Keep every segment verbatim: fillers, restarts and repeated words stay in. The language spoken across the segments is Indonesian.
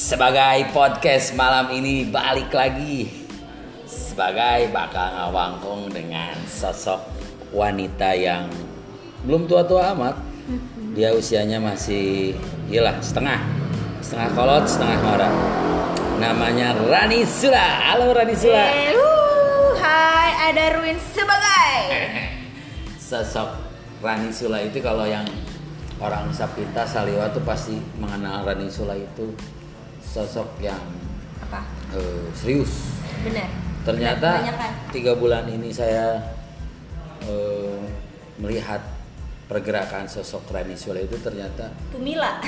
Sebagai podcast malam ini balik lagi sebagai bakal ngawangkong dengan sosok wanita yang belum tua-tua amat. Dia usianya masih iyalah setengah setengah kolot setengah norak. Namanya Rani Sula. Halo Rani Sula. Eh, uh, hai, ada Ruin sebagai Sosok Rani Sula itu kalau yang orang Sapita Saliwa tuh pasti mengenal Rani Sula itu sosok yang apa? Uh, serius. Benar. Ternyata Kebanyakan. tiga bulan ini saya uh, melihat pergerakan sosok Rani Sula itu ternyata Tumila.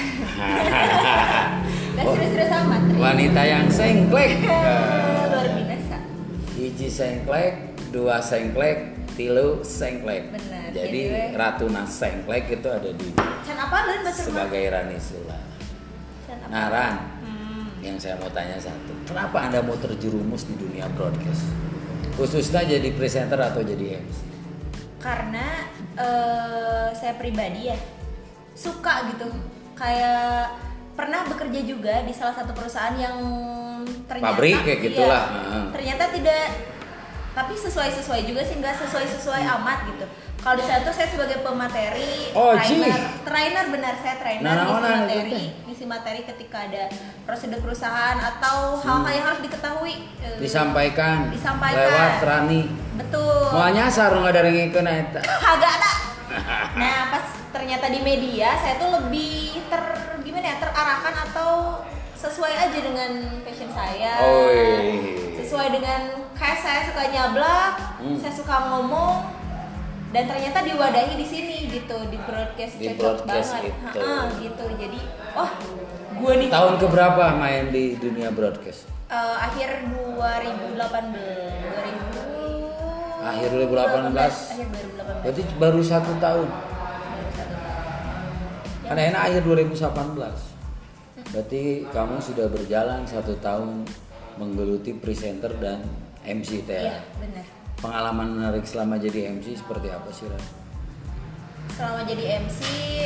Gak serius-serius amat. wanita yang sengklek. Luar biasa. Hiji sengklek, dua sengklek, tilu sengklek. Benar. Jadi Jadi, Ratu Nas Sengklek itu ada di Can apa lu baca sebagai Rani Sula. Can apa? Nah Ran, Hmm. yang saya mau tanya satu, kenapa Anda mau terjerumus di dunia broadcast? Khususnya jadi presenter atau jadi M C? Karena eh, saya pribadi ya suka gitu. Kayak pernah bekerja juga di salah satu perusahaan yang ternyata Pabrik kayak gitulah. iya, Heeh. ternyata tidak, tapi sesuai-sesuai juga sih, nggak sesuai-sesuai amat gitu. Kalau di sana tuh saya sebagai pemateri, Oh, trainer, jih. trainer benar saya trainer Nah, ngisi nah, nah, materi, gitu. ngisi materi ketika ada prosedur perusahaan atau hal-hal yang harus diketahui. eh, Disampaikan, Disampaikan. lewat Rani. Betul. Mau nyasar nggak dari ngikeun eta. Agak ada. Nah pas ternyata di media saya tuh lebih ter gimana ya terarahkan atau sesuai aja dengan passion saya. Oi. Sesuai dengan kayak saya suka nyablak, Hmm. saya suka ngomong, dan ternyata diwadahi di sini gitu di broadcast Di cocok broadcast banget. itu. Ha-ha, gitu. Jadi, oh, gue nih Tahun keberapa main di dunia broadcast? eh, akhir dua ribu delapan belas. dua ribu Akhir dua ribu delapan belas. Akhir dua ribu delapan belas. Berarti baru satu tahun. Baru satu tahun. Karena enak akhir dua ribu delapan belas. Berarti kamu sudah berjalan satu tahun menggeluti presenter dan M C teh. Iya, benar. Pengalaman menarik selama jadi M C seperti apa sih, Ran? Selama jadi M C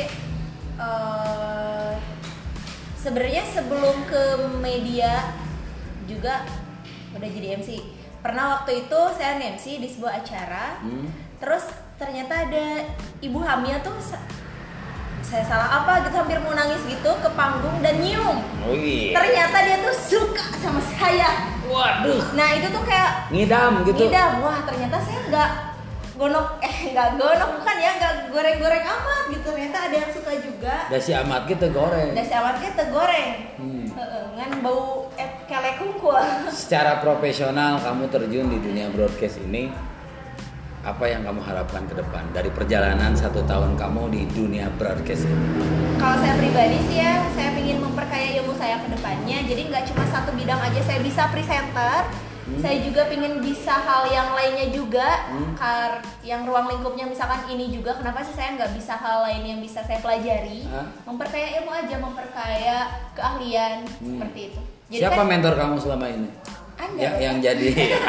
eh sebenarnya sebelum ke media juga udah jadi M C. Pernah waktu itu saya nge-M C di sebuah acara. Hmm? Terus ternyata ada ibu hamil tuh sa- saya salah apa gitu, hampir mau nangis gitu ke panggung dan nyium. Oh iya. Ternyata dia tuh suka sama saya. Waduh. Nah itu tuh kayak Ngidam gitu. ngidam. Wah ternyata saya nggak gonok eh nggak gonok bukan ya, nggak goreng-goreng amat gitu. Ternyata ada yang suka juga. Dasi amat gitu goreng. Dan si awat kita goreng. Hmm. Heeh, ngan bau eh, kelek kungkul. Secara profesional kamu terjun di dunia broadcast ini, apa yang kamu harapkan ke depan dari perjalanan satu tahun kamu di dunia broadcast ini? Kalau saya pribadi sih ya, saya ingin memperkaya ilmu saya ke depannya. Jadi nggak cuma satu bidang aja saya bisa presenter. Hmm. Saya juga ingin bisa hal yang lainnya juga. Hmm. Kar yang ruang lingkupnya misalkan ini juga. Kenapa sih saya nggak bisa hal lain yang bisa saya pelajari? Hah? Memperkaya ilmu aja, memperkaya keahlian Hmm. seperti itu. Jadi Siapa kan mentor kamu selama ini? Anda, Ya, Bapak. yang jadi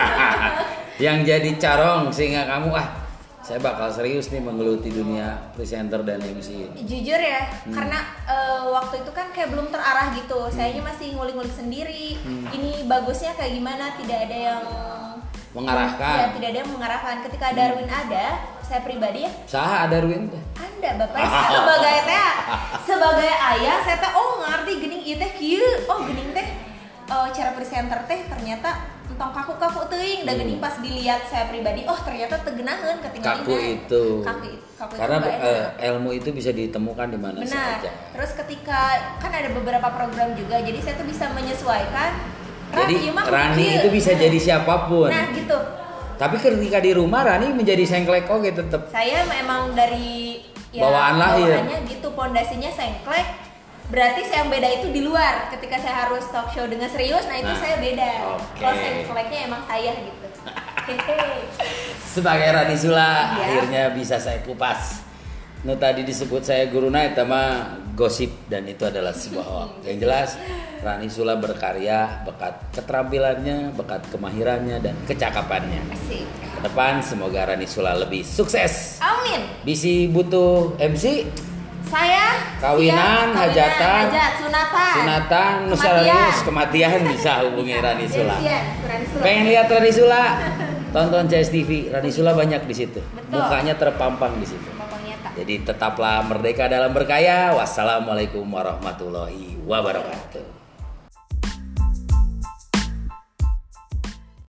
yang jadi carong sehingga kamu ah saya bakal serius nih menggeluti dunia presenter dan M C. Jujur ya, Hmm. karena eh, waktu itu kan kayak belum terarah gitu. Sayanya masih ngulik-ngulik sendiri. Hmm. Ini bagusnya kayak gimana? Tidak ada yang Mengarahkan. Ya, tidak ada yang mengarahkan. Ketika Darwin ada, saya pribadi ya, Saha ada Ruin teh? Anda Bapak sebagai teh, sebagai ayah, saya teh oh ngerti gening ieu teh kieu. Oh gening teh eh, cara presenter teh ternyata entong kaku-kaku teuing. Da Hmm. gening pas dilihat saya pribadi, oh ternyata teugenaheun ketinggalan. Kaku itu. Kaku, kaku itu Karena nggak eh, enak. ilmu itu bisa ditemukan di mana Benar. saja. Terus ketika kan ada beberapa program juga, jadi saya tuh bisa menyesuaikan. Jadi ieu mah Rani kieu. itu bisa Nah. jadi siapapun. Nah gitu. Tapi ketika di rumah Rani menjadi sengklek oke tetap. Saya memang dari Bawaan lahir. bawaannya gitu, pondasinya sengklek. Berarti saya yang beda itu di luar. Ketika saya harus talk show dengan serius, nah itu Nah, saya beda. oke. Kalau sengkleknya emang saya gitu. Hehe. Sebagai Rani Sula Iya. akhirnya bisa saya kupas. Nu tadi disebut saya guruna eta mah gosip dan itu adalah sebuah hoax. Yang jelas Rani Sula berkarya berkat keterampilannya, berkat kemahirannya dan kecakapannya. Asik. Ke depan semoga Rani Sula lebih sukses. Amin. Bisi butuh M C Saya Kawinan, siap. hajatan, hajat, sunatan, sunatan, nusarius, kematian bisa hubungi Rani Sula. Jensian, Rani Sula. Pengen lihat Rani Sula? Tonton C S T V. Rani Sula banyak di situ. Betul. Mukanya terpampang di situ. Bapak nyata. Jadi tetaplah merdeka dalam berkaya. Wassalamualaikum warahmatullahi wabarakatuh.